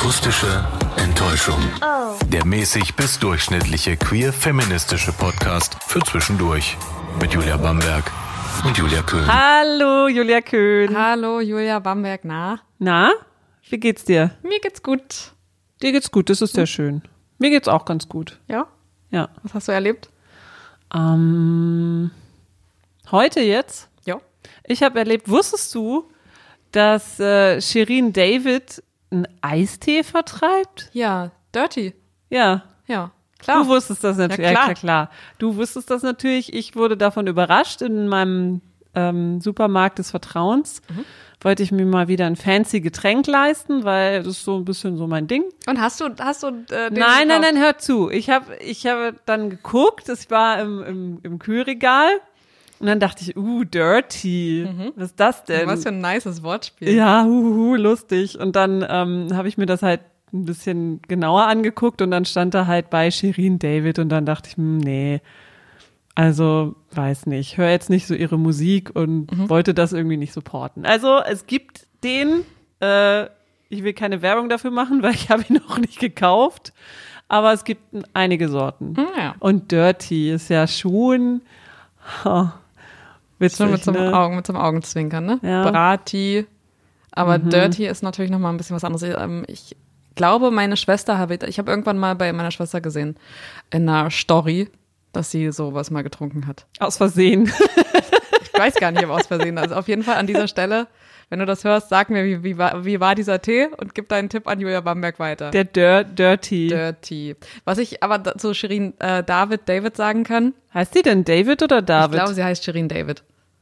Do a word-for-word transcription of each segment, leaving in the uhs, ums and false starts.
Akustische Enttäuschung. Oh. Der mäßig bis durchschnittliche queer-feministische Podcast für zwischendurch. Mit Julia Bamberg und Julia Köhn. Hallo, Julia Köhn. Hallo, Julia Bamberg. Na? Na, wie geht's dir? Mir geht's gut. Dir geht's gut, das ist sehr schön. Mir geht's auch ganz gut. Ja? Ja. Was hast du erlebt? Ähm, heute jetzt? Ja. Ich habe erlebt, wusstest du, dass äh, Shirin David einen Eistee vertreibt? Ja, Dirty. Ja. Ja, klar. Du wusstest das natürlich. Ja, klar. Ja, klar. Du wusstest das natürlich. Ich wurde davon überrascht. In meinem ähm, Supermarkt des Vertrauens mhm. wollte ich mir mal wieder ein fancy Getränk leisten, weil das ist so ein bisschen so mein Ding. Und hast du, hast du äh, den Nein, nein, gekauft? nein, hör zu. Ich habe ich hab dann geguckt, es war im, im, im Kühlregal und dann dachte ich, uh, dirty. Mhm. Was ist das denn? Was für ein nices Wortspiel. Ja, huhu, lustig. Und dann ähm, habe ich mir das halt ein bisschen genauer angeguckt und dann stand da halt bei Shirin David und dann dachte ich, hm, nee, also weiß nicht, höre jetzt nicht so ihre Musik und mhm. wollte das irgendwie nicht supporten. Also es gibt den, äh, ich will keine Werbung dafür machen, weil ich habe ihn noch nicht gekauft, aber es gibt einige Sorten. Mhm, ja. Und Dirty ist ja schon oh, witzig, Schon mit so, einem ne? Augen, mit so einem Augenzwinkern, ne? Ja. Brati. Aber Mhm. Dirty ist natürlich nochmal ein bisschen was anderes. Ähm, Ich glaube, meine Schwester habe ich, ich habe irgendwann mal bei meiner Schwester gesehen, in einer Story, dass sie sowas mal getrunken hat. Aus Versehen. Ich weiß gar nicht, ob aus Versehen. Also auf jeden Fall an dieser Stelle, wenn du das hörst, sag mir, wie, wie, war, wie war dieser Tee und gib deinen Tipp an Julia Bamberg weiter. Der Dir- Dirty. Dirty. Was ich aber da- zu Shirin äh, David David sagen kann, Heißt die denn David oder David? ich glaube, sie heißt Shirin David.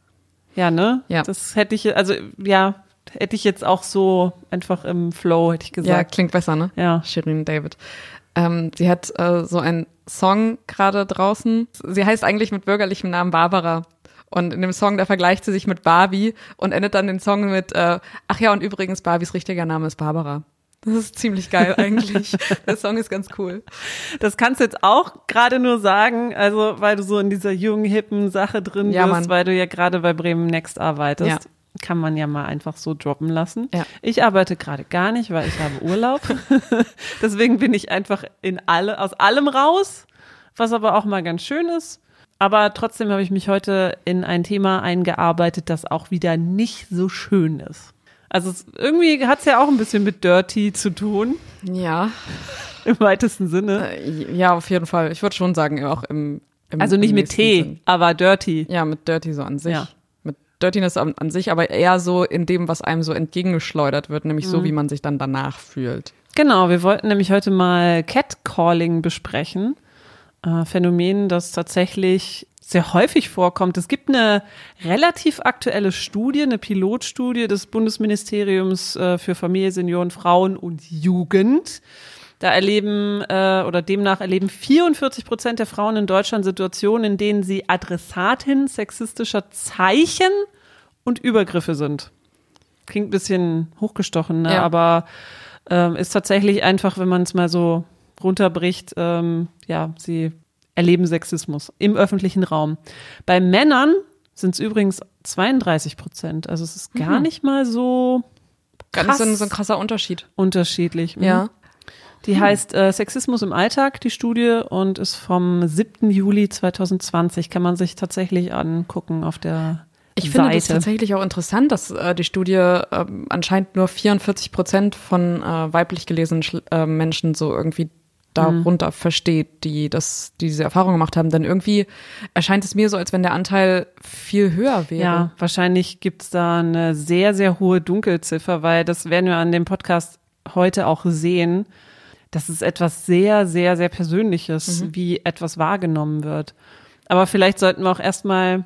Ja, ne? Ja. Das hätte ich, also ja, hätte ich jetzt auch so einfach im Flow, hätte ich Ja, gesagt. klingt besser, ne? Ja. Shirin David. Ähm, sie hat äh, so einen Song gerade draußen. Sie heißt eigentlich mit bürgerlichem Namen Barbara. Und in dem Song, da vergleicht sie sich mit Barbie und endet dann den Song mit, äh, ach ja, und übrigens, Barbies richtiger Name ist Barbara. Das ist ziemlich geil eigentlich. Der Song ist ganz cool. Das kannst du jetzt auch gerade nur sagen, also weil du so in dieser jungen, hippen Sache drin Ja, bist, Mann. weil du ja gerade bei Bremen Next arbeitest. Ja. Kann man ja mal einfach so droppen lassen. Ja. Ich arbeite gerade gar nicht, weil ich habe Urlaub. Deswegen bin ich einfach in alle, aus allem raus, was aber auch mal ganz schön ist. Aber trotzdem habe ich mich heute in ein Thema eingearbeitet, das auch wieder nicht so schön ist. Also es, irgendwie hat es ja auch ein bisschen mit Dirty zu tun, Ja, im weitesten Sinne. äh, ja, auf jeden Fall. Ich würde schon sagen, auch im, im Also nicht im mit nächsten T, Sinn. aber Dirty. Ja, mit Dirty so an sich. Ja. Mit Dirtiness an, an sich, aber eher so in dem, was einem so entgegengeschleudert wird, nämlich so, wie man sich dann danach fühlt. Genau, wir wollten nämlich heute mal Catcalling besprechen. Äh, Phänomen, das tatsächlich sehr häufig vorkommt. Es gibt eine relativ aktuelle Studie, eine Pilotstudie des Bundesministeriums äh, für Familie, Senioren, Frauen und Jugend. Da erleben äh, oder demnach erleben vierundvierzig Prozent der Frauen in Deutschland Situationen, in denen sie Adressatin sexistischer Zeichen und Übergriffe sind. Klingt ein bisschen hochgestochen, ne? Ja. Aber ähm, ist tatsächlich einfach, wenn man es mal so runterbricht, ähm, ja, sie erleben Sexismus im öffentlichen Raum. Bei Männern sind es übrigens zweiunddreißig Prozent. Also es ist gar Mhm. nicht mal so Ganz krass so ein, so ein krasser Unterschied. unterschiedlich. Mhm. Ja. Die heißt äh, Sexismus im Alltag, die Studie, und ist vom siebten Juli zweitausendzwanzig. Kann man sich tatsächlich angucken auf der Ich finde das Seite. tatsächlich auch interessant, dass äh, die Studie äh, anscheinend nur vierundvierzig Prozent von äh, weiblich gelesenen Schl- äh, Menschen so irgendwie darunter mhm. versteht, die das, die diese Erfahrung gemacht haben. Denn irgendwie erscheint es mir so, als wenn der Anteil viel höher wäre. Ja, wahrscheinlich gibt's da eine sehr, sehr hohe Dunkelziffer, weil das werden wir an dem Podcast heute auch sehen. Das ist etwas sehr, sehr, sehr Persönliches, mhm. wie etwas wahrgenommen wird. Aber vielleicht sollten wir auch erstmal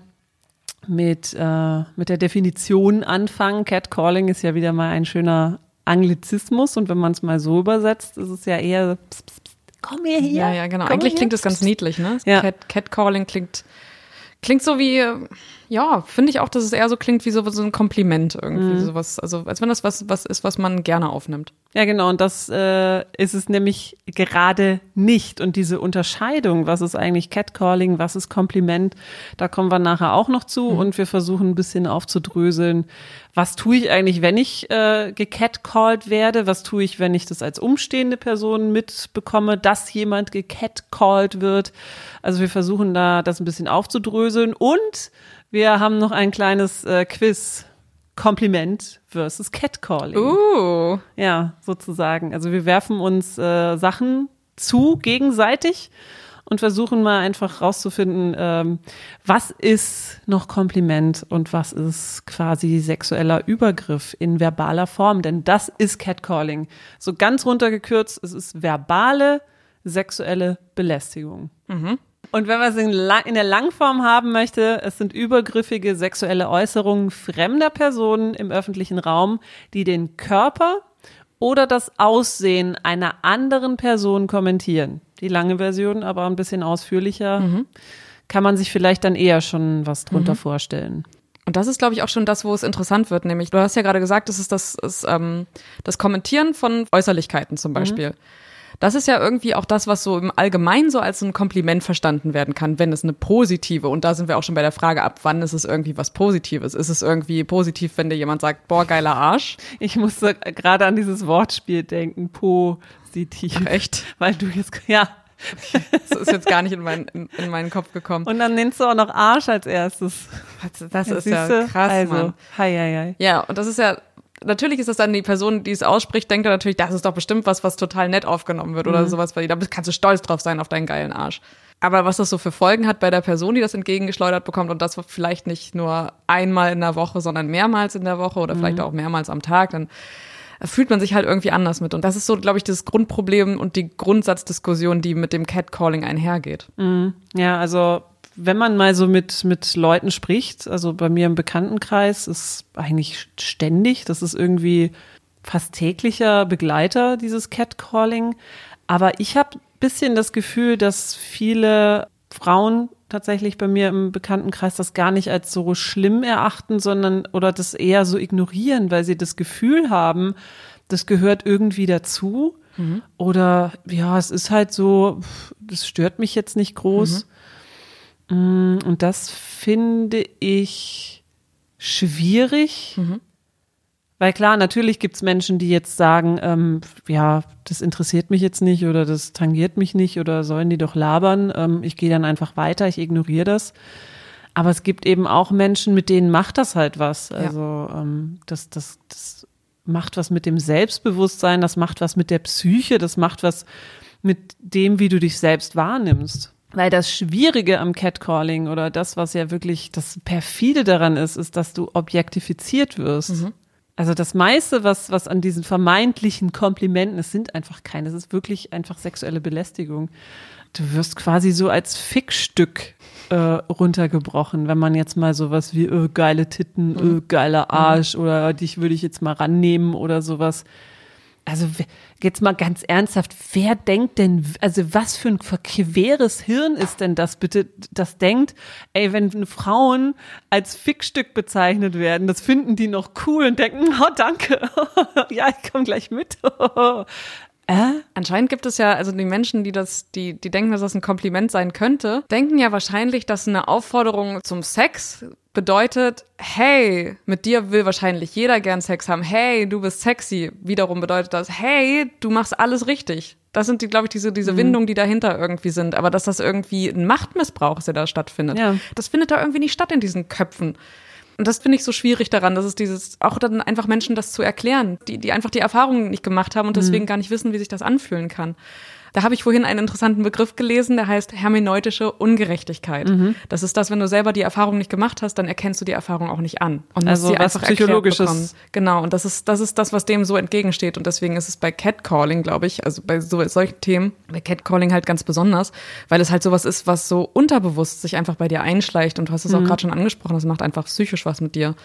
mit, äh, mit der Definition anfangen. Catcalling ist ja wieder mal ein schöner Anglizismus und wenn man es mal so übersetzt, ist es ja eher pss, pss, pss, komm her hier. Ja, ja, genau. Komm Eigentlich her. klingt das ganz niedlich, ne? Ja. Cat, Catcalling klingt, klingt so wie, ja, finde ich auch, dass es eher so klingt wie so, so ein Kompliment irgendwie. Mhm. Sowas, also als wenn das was, was ist, was man gerne aufnimmt. Ja, genau. Und das äh, ist es nämlich gerade nicht. Und diese Unterscheidung, was ist eigentlich Catcalling, was ist Kompliment, da kommen wir nachher auch noch zu. Mhm. Und wir versuchen ein bisschen aufzudröseln, was tue ich eigentlich, wenn ich äh, gecatcalled werde? Was tue ich, wenn ich das als umstehende Person mitbekomme, dass jemand gecatcalled wird? Also wir versuchen da das ein bisschen aufzudröseln. Und wir haben noch ein kleines äh, Quiz. Kompliment versus Catcalling. Uh. Ja, sozusagen. Also wir werfen uns äh, Sachen zu gegenseitig und versuchen mal einfach rauszufinden, ähm, was ist noch Kompliment und was ist quasi sexueller Übergriff in verbaler Form. Denn das ist Catcalling. So ganz runtergekürzt, es ist verbale sexuelle Belästigung. Mhm. Und wenn man es in, in der Langform haben möchte, es sind übergriffige sexuelle Äußerungen fremder Personen im öffentlichen Raum, die den Körper oder das Aussehen einer anderen Person kommentieren. Die lange Version, aber ein bisschen ausführlicher, mhm. kann man sich vielleicht dann eher schon was drunter mhm. vorstellen. Und das ist, glaube ich, auch schon das, wo es interessant wird. Nämlich, du hast ja gerade gesagt, das ist das, ist, ähm, das Kommentieren von Äußerlichkeiten zum Beispiel. Mhm. Das ist ja irgendwie auch das, was so im Allgemeinen so als ein Kompliment verstanden werden kann, wenn es eine positive, und da sind wir auch schon bei der Frage, ab wann ist es irgendwie was Positives? Ist es irgendwie positiv, wenn dir jemand sagt, boah, geiler Arsch? Ich musste gerade an dieses Wortspiel denken, positiv. Ach, echt? Weil du jetzt, ja. Das ist jetzt gar nicht in, mein, in, in meinen Kopf gekommen. Und dann nennst du auch noch Arsch als erstes. Das, das ist ja krass, also, Mann. Hei, hei, hei. Ja, und das ist ja, natürlich ist das dann die Person, die es ausspricht, denkt dann natürlich, das ist doch bestimmt was, was total nett aufgenommen wird oder mhm. sowas, weil da kannst du stolz drauf sein auf deinen geilen Arsch. Aber was das so für Folgen hat bei der Person, die das entgegengeschleudert bekommt, und das vielleicht nicht nur einmal in der Woche, sondern mehrmals in der Woche oder mhm. vielleicht auch mehrmals am Tag, dann fühlt man sich halt irgendwie anders mit. Und das ist so, glaube ich, das Grundproblem und die Grundsatzdiskussion, die mit dem Catcalling einhergeht. Mhm. Ja, also wenn man mal so mit, mit Leuten spricht, also bei mir im Bekanntenkreis ist eigentlich ständig, das ist irgendwie fast täglicher Begleiter, dieses Catcalling. Aber ich habe ein bisschen das Gefühl, dass viele Frauen tatsächlich bei mir im Bekanntenkreis das gar nicht als so schlimm erachten, sondern oder das eher so ignorieren, weil sie das Gefühl haben, das gehört irgendwie dazu. Mhm. Oder ja, es ist halt so, das stört mich jetzt nicht groß. Mhm. Und das finde ich schwierig, mhm. weil klar, natürlich gibt es Menschen, die jetzt sagen, ähm, ja, das interessiert mich jetzt nicht oder das tangiert mich nicht oder sollen die doch labern, ähm, ich gehe dann einfach weiter, ich ignoriere das. Aber es gibt eben auch Menschen, mit denen macht das halt was. Also ja. ähm, das, das, das macht was mit dem Selbstbewusstsein, das macht was mit der Psyche, das macht was mit dem, wie du dich selbst wahrnimmst. Weil das Schwierige am Catcalling oder das, was ja wirklich das Perfide daran ist, ist, dass du objektifiziert wirst. Mhm. Also das meiste, was, was an diesen vermeintlichen Komplimenten ist, sind einfach keine. Es ist wirklich einfach sexuelle Belästigung. Du wirst quasi so als Fickstück äh, runtergebrochen, wenn man jetzt mal sowas wie öh, geile Titten, mhm. öh, geiler Arsch mhm. oder dich würde ich jetzt mal rannehmen oder sowas. Also jetzt mal ganz ernsthaft, wer denkt denn, also was für ein verqueres Hirn ist denn das bitte, das denkt, ey, wenn Frauen als Fickstück bezeichnet werden, das finden die noch cool und denken, oh danke, ja, ich komme gleich mit. Äh? Anscheinend gibt es ja, also die Menschen, die das, die, die denken, dass das ein Kompliment sein könnte, denken ja wahrscheinlich, dass eine Aufforderung zum Sex bedeutet, hey, mit dir will wahrscheinlich jeder gern Sex haben, hey, du bist sexy. Wiederum bedeutet das, hey, du machst alles richtig. Das sind, die, glaube ich, diese, diese mhm. Windungen, die dahinter irgendwie sind. Aber dass das irgendwie ein Machtmissbrauch ist, der da stattfindet, ja. das findet da irgendwie nicht statt in diesen Köpfen. Und das finde ich so schwierig daran, dass es dieses, auch dann einfach Menschen das zu erklären, die, die einfach die Erfahrungen nicht gemacht haben und deswegen mhm. gar nicht wissen, wie sich das anfühlen kann. Da habe ich vorhin einen interessanten Begriff gelesen, der heißt hermeneutische Ungerechtigkeit. Mhm. Das ist das, wenn du selber die Erfahrung nicht gemacht hast, dann erkennst du die Erfahrung auch nicht an. Und also sie was einfach Psychologisches. Genau, und das ist, das ist das, was dem so entgegensteht. Und deswegen ist es bei Catcalling, glaube ich, also bei so, solchen Themen, bei Catcalling halt ganz besonders, weil es halt sowas ist, was so unterbewusst sich einfach bei dir einschleicht. Und du hast es mhm. auch gerade schon angesprochen, das macht einfach psychisch was mit dir.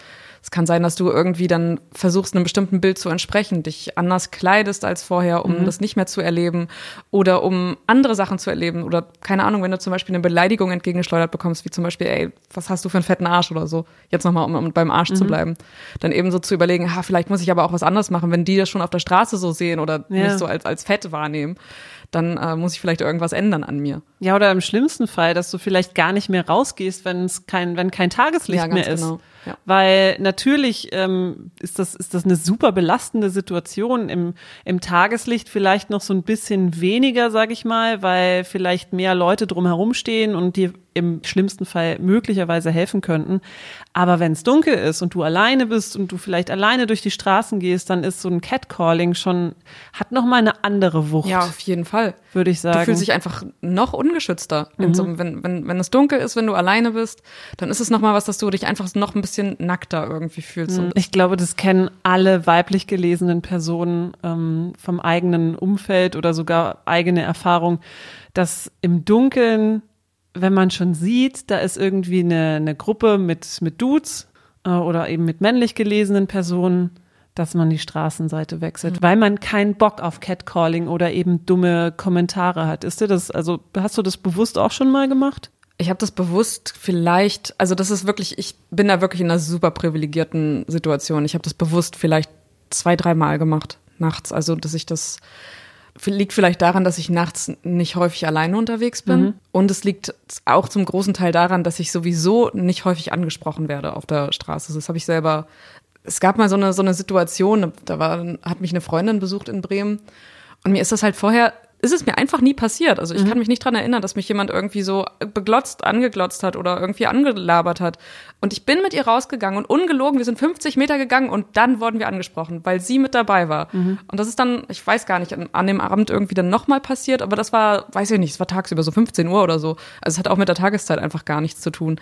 Es kann sein, dass du irgendwie dann versuchst, einem bestimmten Bild zu entsprechen, dich anders kleidest als vorher, um mhm. das nicht mehr zu erleben oder um andere Sachen zu erleben oder keine Ahnung, wenn du zum Beispiel eine Beleidigung entgegengeschleudert bekommst, wie zum Beispiel, ey, was hast du für einen fetten Arsch oder so, jetzt nochmal, um, um beim Arsch mhm. zu bleiben, dann eben so zu überlegen, ha, vielleicht muss ich aber auch was anderes machen, wenn die das schon auf der Straße so sehen oder ja. mich so als, als fett wahrnehmen, dann äh, muss ich vielleicht irgendwas ändern an mir. Ja, oder im schlimmsten Fall, dass du vielleicht gar nicht mehr rausgehst, wenn es kein, wenn kein Tageslicht ja, mehr ist. Genau. Ja. Weil natürlich ähm, ist das ist das eine super belastende Situation im im Tageslicht vielleicht noch so ein bisschen weniger, sag ich mal, weil vielleicht mehr Leute drumherum stehen und dir im schlimmsten Fall möglicherweise helfen könnten. Aber wenn es dunkel ist und du alleine bist und du vielleicht alleine durch die Straßen gehst, dann ist so ein Catcalling schon, hat nochmal eine andere Wucht. Ja, auf jeden Fall. Würde ich sagen. Du fühlst dich einfach noch ungeschützter. Mhm. So, wenn, wenn, wenn es dunkel ist, wenn du alleine bist, dann ist es nochmal was, dass du dich einfach noch ein bisschen nackter irgendwie fühlst. Mhm. Ich glaube, das kennen alle weiblich gelesenen Personen ähm, vom eigenen Umfeld oder sogar eigene Erfahrung, dass im Dunkeln, wenn man schon sieht, da ist irgendwie eine, eine Gruppe mit, mit Dudes äh, oder eben mit männlich gelesenen Personen, dass man die Straßenseite wechselt, mhm. weil man keinen Bock auf Catcalling oder eben dumme Kommentare hat. Ist dir das, also hast du das bewusst auch schon mal gemacht? Ich habe das bewusst vielleicht, also das ist wirklich, ich bin da wirklich in einer super privilegierten Situation. Ich habe das bewusst vielleicht zwei, drei Mal gemacht nachts, also dass ich das liegt vielleicht daran, dass ich nachts nicht häufig alleine unterwegs bin. Mhm. Und es liegt auch zum großen Teil daran, dass ich sowieso nicht häufig angesprochen werde auf der Straße. Das habe ich selber. Es gab mal so eine, so eine Situation, da war, hat mich eine Freundin besucht in Bremen. Und mir ist das halt vorher, ist es mir einfach nie passiert. Also ich mhm. kann mich nicht dran erinnern, dass mich jemand irgendwie so beglotzt, angeglotzt hat oder irgendwie angelabert hat. Und ich bin mit ihr rausgegangen und ungelogen, wir sind fünfzig Meter gegangen und dann wurden wir angesprochen, weil sie mit dabei war. Mhm. Und das ist dann, ich weiß gar nicht, an, an dem Abend irgendwie dann nochmal passiert, aber das war, weiß ich nicht, es war tagsüber so fünfzehn Uhr oder so. Also es hat auch mit der Tageszeit einfach gar nichts zu tun.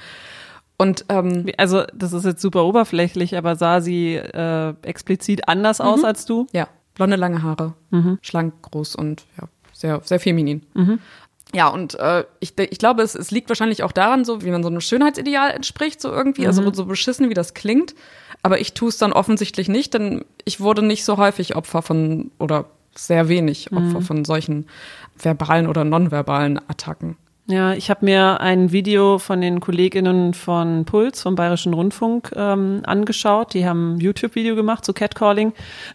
Und ähm, also das ist jetzt super oberflächlich, aber sah sie äh, explizit anders mhm. aus als du? Ja, blonde, lange Haare, mhm. schlank, groß und ja, sehr, sehr feminin. Mhm. Ja, und äh, ich, ich glaube, es, es liegt wahrscheinlich auch daran, so wie man so einem Schönheitsideal entspricht, so irgendwie, mhm. also so beschissen, wie das klingt. Aber ich tue es dann offensichtlich nicht, denn ich wurde nicht so häufig Opfer von, oder sehr wenig Opfer mhm. von solchen verbalen oder nonverbalen Attacken. Ja, ich habe mir ein Video von den KollegInnen von Puls, vom Bayerischen Rundfunk, ähm, angeschaut. Die haben ein YouTube-Video gemacht zu Catcalling.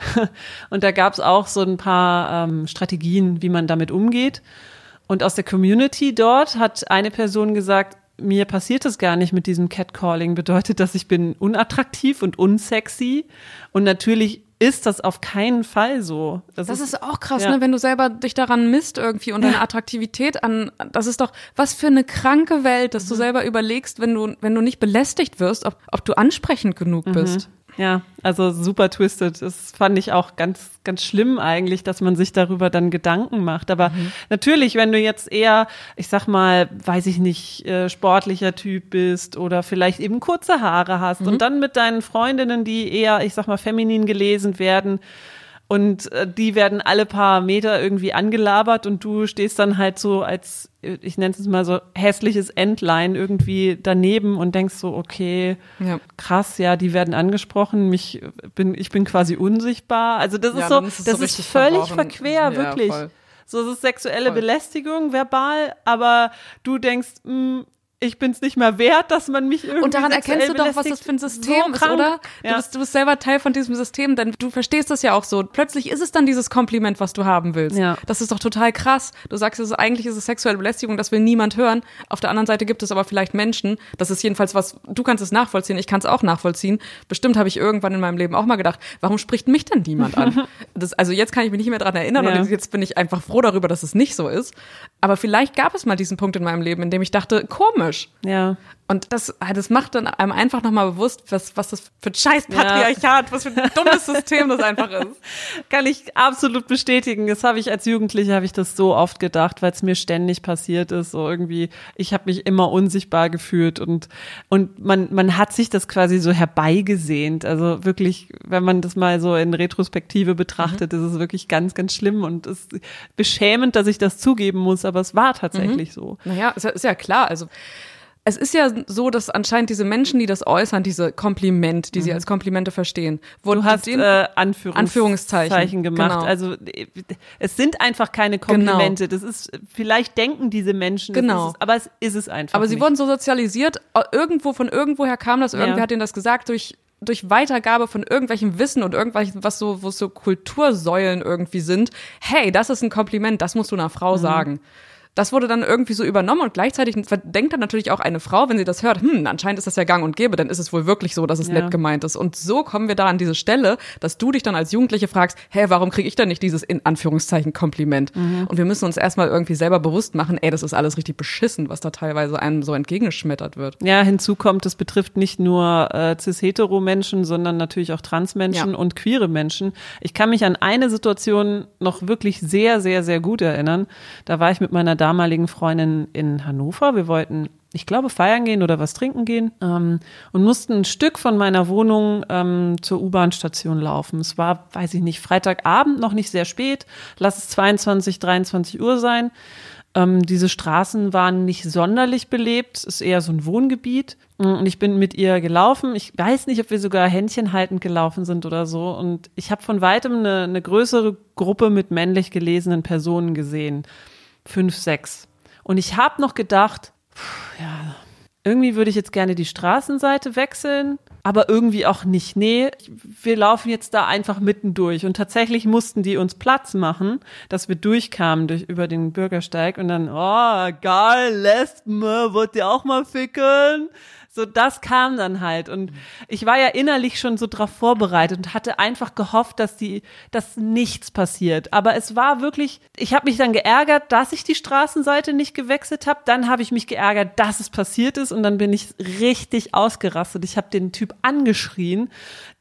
Und da gab es auch so ein paar ähm, Strategien, wie man damit umgeht. Und aus der Community dort hat eine Person gesagt, mir passiert es gar nicht mit diesem Catcalling. Bedeutet, dass ich bin unattraktiv und unsexy. Und natürlich ist das auf keinen Fall so. Das, das ist, ist auch krass, ja. ne? Wenn du selber dich daran misst irgendwie und deine ja. Attraktivität an, das ist doch, was für eine kranke Welt, dass mhm. du selber überlegst, wenn du, wenn du nicht belästigt wirst, ob, ob du ansprechend genug mhm. bist. Ja, also super twisted. Das fand ich auch ganz, ganz schlimm eigentlich, dass man sich darüber dann Gedanken macht. Aber mhm. natürlich, wenn du jetzt eher, ich sag mal, weiß ich nicht, äh, sportlicher Typ bist oder vielleicht eben kurze Haare hast mhm. und dann mit deinen Freundinnen, die eher, ich sag mal, feminin gelesen werden, und äh, die werden alle paar Meter irgendwie angelabert und du stehst dann halt so als, ich nenne es mal so, hässliches Entlein irgendwie daneben und denkst so, okay, ja. krass, ja, die werden angesprochen, mich bin, ich bin quasi unsichtbar. Also das ja, ist so, ist das so ist völlig verworren. verquer, ja, wirklich. Voll. So, es ist sexuelle voll. Belästigung, verbal, aber du denkst, mh, ich bin's nicht mehr wert, dass man mich irgendwie Und daran erkennst du doch, was das für ein System so ist, oder? Ja. Du, bist, du bist selber Teil von diesem System, denn du verstehst das ja auch so. Plötzlich ist es dann dieses Kompliment, was du haben willst. Ja. Das ist doch total krass. Du sagst, es ist, eigentlich ist es sexuelle Belästigung, das will niemand hören. Auf der anderen Seite gibt es aber vielleicht Menschen, das ist jedenfalls was, du kannst es nachvollziehen, ich kann es auch nachvollziehen. Bestimmt habe ich irgendwann in meinem Leben auch mal gedacht, warum spricht mich denn niemand an? Das, also jetzt kann ich mich nicht mehr dran erinnern ja. und jetzt bin ich einfach froh darüber, dass es nicht so ist. Aber vielleicht gab es mal diesen Punkt in meinem Leben, in dem ich dachte, komisch. Ja. Und das, das macht dann einem einfach nochmal bewusst, was, was das für ein scheiß Patriarchat, ja. was für ein dummes System das einfach ist. Kann ich absolut bestätigen. Das habe ich als Jugendliche, habe ich das so oft gedacht, weil es mir ständig passiert ist. So irgendwie, ich habe mich immer unsichtbar gefühlt und, und man, man hat sich das quasi so herbeigesehnt. Also wirklich, wenn man das mal so in Retrospektive betrachtet, mhm. ist es wirklich ganz, ganz schlimm und es ist beschämend, dass ich das zugeben muss, aber es war tatsächlich mhm. so. Naja, ist ja, ist ja klar. Also Es ist ja so, dass anscheinend diese Menschen, die das äußern, diese Kompliment, die mhm. sie als Komplimente verstehen, du hast den, äh, Anführungs- Anführungszeichen gemacht. Genau. Also es sind einfach keine Komplimente. Genau. Das ist, vielleicht denken diese Menschen, genau. ist es, aber es ist es einfach Aber sie nicht. wurden so sozialisiert, irgendwo von irgendwoher kam das, irgendwer ja. hat ihnen das gesagt, durch durch Weitergabe von irgendwelchem Wissen und irgendwelchen, was so, wo so Kultursäulen irgendwie sind. Hey, das ist ein Kompliment, das musst du einer Frau mhm. sagen. Das wurde dann irgendwie so übernommen und gleichzeitig denkt dann natürlich auch eine Frau, wenn sie das hört, hm, anscheinend ist das ja gang und gäbe, dann ist es wohl wirklich so, dass es ja. nett gemeint ist. Und so kommen wir da an diese Stelle, dass du dich dann als Jugendliche fragst, hä, warum kriege ich denn nicht dieses in Anführungszeichen Kompliment? Mhm. Und wir müssen uns erstmal irgendwie selber bewusst machen, ey, das ist alles richtig beschissen, was da teilweise einem so entgegengeschmettert wird. Ja, hinzu kommt, das betrifft nicht nur äh, cis-hetero-Menschen, sondern natürlich auch Transmenschen ja. und queere Menschen. Ich kann mich an eine Situation noch wirklich sehr, sehr, sehr gut erinnern. Da war ich mit meiner damaligen Freundin in Hannover. Wir wollten, ich glaube, feiern gehen oder was trinken gehen ähm, und mussten ein Stück von meiner Wohnung ähm, zur U-Bahn-Station laufen. Es war, weiß ich nicht, Freitagabend, noch nicht sehr spät. Lass es zweiundzwanzig, dreiundzwanzig Uhr sein. Ähm, diese Straßen waren nicht sonderlich belebt. Es ist eher so ein Wohngebiet. Und ich bin mit ihr gelaufen. Ich weiß nicht, ob wir sogar händchenhaltend gelaufen sind oder so. Und ich habe von weitem eine, eine größere Gruppe mit männlich gelesenen Personen gesehen. Fünf, sechs. Und ich habe noch gedacht, pff, ja, irgendwie würde ich jetzt gerne die Straßenseite wechseln, aber irgendwie auch nicht. Nee, wir laufen jetzt da einfach mittendurch. Und tatsächlich mussten die uns Platz machen, dass wir durchkamen durch, über den Bürgersteig. Und dann, oh, geil, Lesben, wollt ihr auch mal ficken? So, das kam dann halt. Und ich war ja innerlich schon so drauf vorbereitet und hatte einfach gehofft, dass die, dass nichts passiert. Aber es war wirklich, ich habe mich dann geärgert, dass ich die Straßenseite nicht gewechselt habe. Dann habe ich mich geärgert, dass es passiert ist. Und dann bin ich richtig ausgerastet. Ich habe den Typ angeschrien.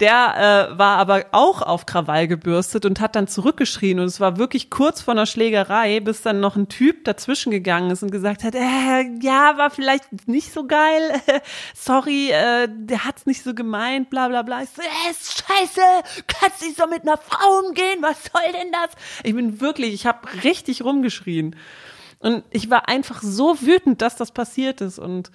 Der äh, war aber auch auf Krawall gebürstet und hat dann zurückgeschrien. Und es war wirklich kurz vor einer Schlägerei, bis dann noch ein Typ dazwischen gegangen ist und gesagt hat, äh, ja, war vielleicht nicht so geil. Sorry, äh, der hat's nicht so gemeint, bla bla bla. Ich so, äh, ist scheiße, kannst nicht so mit einer Frau umgehen, was soll denn das? Ich bin wirklich, ich habe richtig rumgeschrien. Und ich war einfach so wütend, dass das passiert ist. Und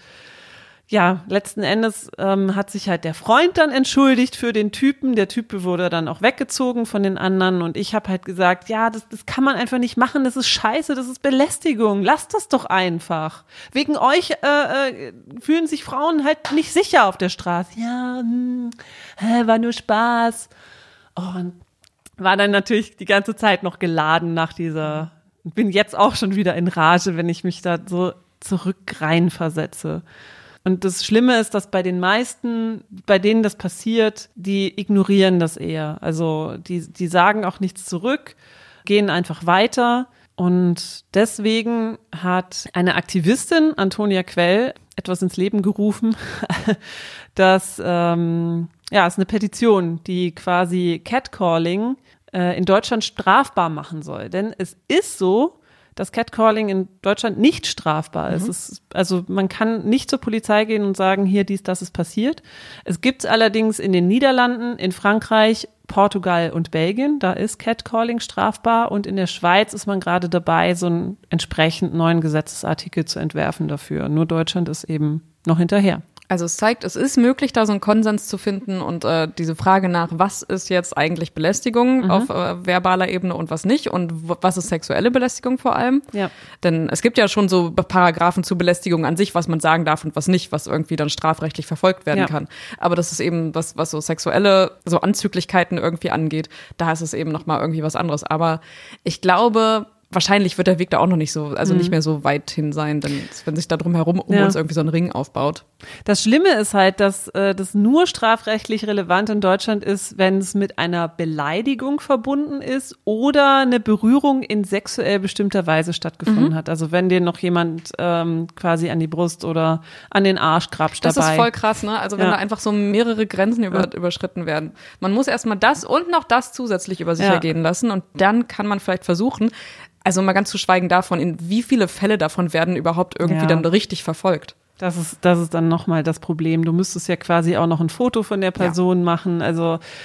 ja, letzten Endes ähm, hat sich halt der Freund dann entschuldigt für den Typen. Der Typ wurde dann auch weggezogen von den anderen. Und ich habe halt gesagt, ja, das, das kann man einfach nicht machen. Das ist scheiße, das ist Belästigung. Lasst das doch einfach. Wegen euch äh, äh, fühlen sich Frauen halt nicht sicher auf der Straße. Ja, hm, war nur Spaß. Oh, und war dann natürlich die ganze Zeit noch geladen nach dieser, bin jetzt auch schon wieder in Rage, wenn ich mich da so zurück reinversetze. Und das Schlimme ist, dass bei den meisten, bei denen das passiert, die ignorieren das eher. Also die, die sagen auch nichts zurück, gehen einfach weiter. Und deswegen hat eine Aktivistin, Antonia Quell, etwas ins Leben gerufen, dass, ähm, ja, es ist eine Petition, die quasi Catcalling äh, in Deutschland strafbar machen soll. Denn es ist so, dass Catcalling in Deutschland nicht strafbar ist. Mhm. Es ist. Also man kann nicht zur Polizei gehen und sagen, hier, dies, das ist passiert. Es gibt es allerdings in den Niederlanden, in Frankreich, Portugal und Belgien. Da ist Catcalling strafbar. Und in der Schweiz ist man gerade dabei, so einen entsprechend neuen Gesetzesartikel zu entwerfen dafür. Nur Deutschland ist eben noch hinterher. Also es zeigt, es ist möglich, da so einen Konsens zu finden und äh, diese Frage nach, was ist jetzt eigentlich Belästigung mhm. auf äh, verbaler Ebene und was nicht und w- was ist sexuelle Belästigung vor allem. Ja. Denn es gibt ja schon so Paragraphen zu Belästigung an sich, was man sagen darf und was nicht, was irgendwie dann strafrechtlich verfolgt werden ja. kann. Aber das ist eben, was, was so sexuelle, so Anzüglichkeiten irgendwie angeht, da ist es eben nochmal irgendwie was anderes. Aber ich glaube, wahrscheinlich wird der Weg da auch noch nicht so, also mhm. nicht mehr so weit hin sein, denn wenn sich da drum herum um ja. uns irgendwie so ein Ring aufbaut. Das Schlimme ist halt, dass äh, das nur strafrechtlich relevant in Deutschland ist, wenn es mit einer Beleidigung verbunden ist oder eine Berührung in sexuell bestimmter Weise stattgefunden mhm. hat. Also wenn dir noch jemand ähm, quasi an die Brust oder an den Arsch krapscht dabei. Das ist voll krass, ne? Also wenn ja. da einfach so mehrere Grenzen über, ja. überschritten werden. Man muss erstmal das und noch das zusätzlich über sich ja. ergehen lassen und dann kann man vielleicht versuchen, also mal ganz zu schweigen davon, in wie viele Fälle davon werden überhaupt irgendwie ja. dann richtig verfolgt. Das ist, das ist dann nochmal das Problem. Du müsstest ja quasi auch noch ein Foto von der Person ja. machen. Also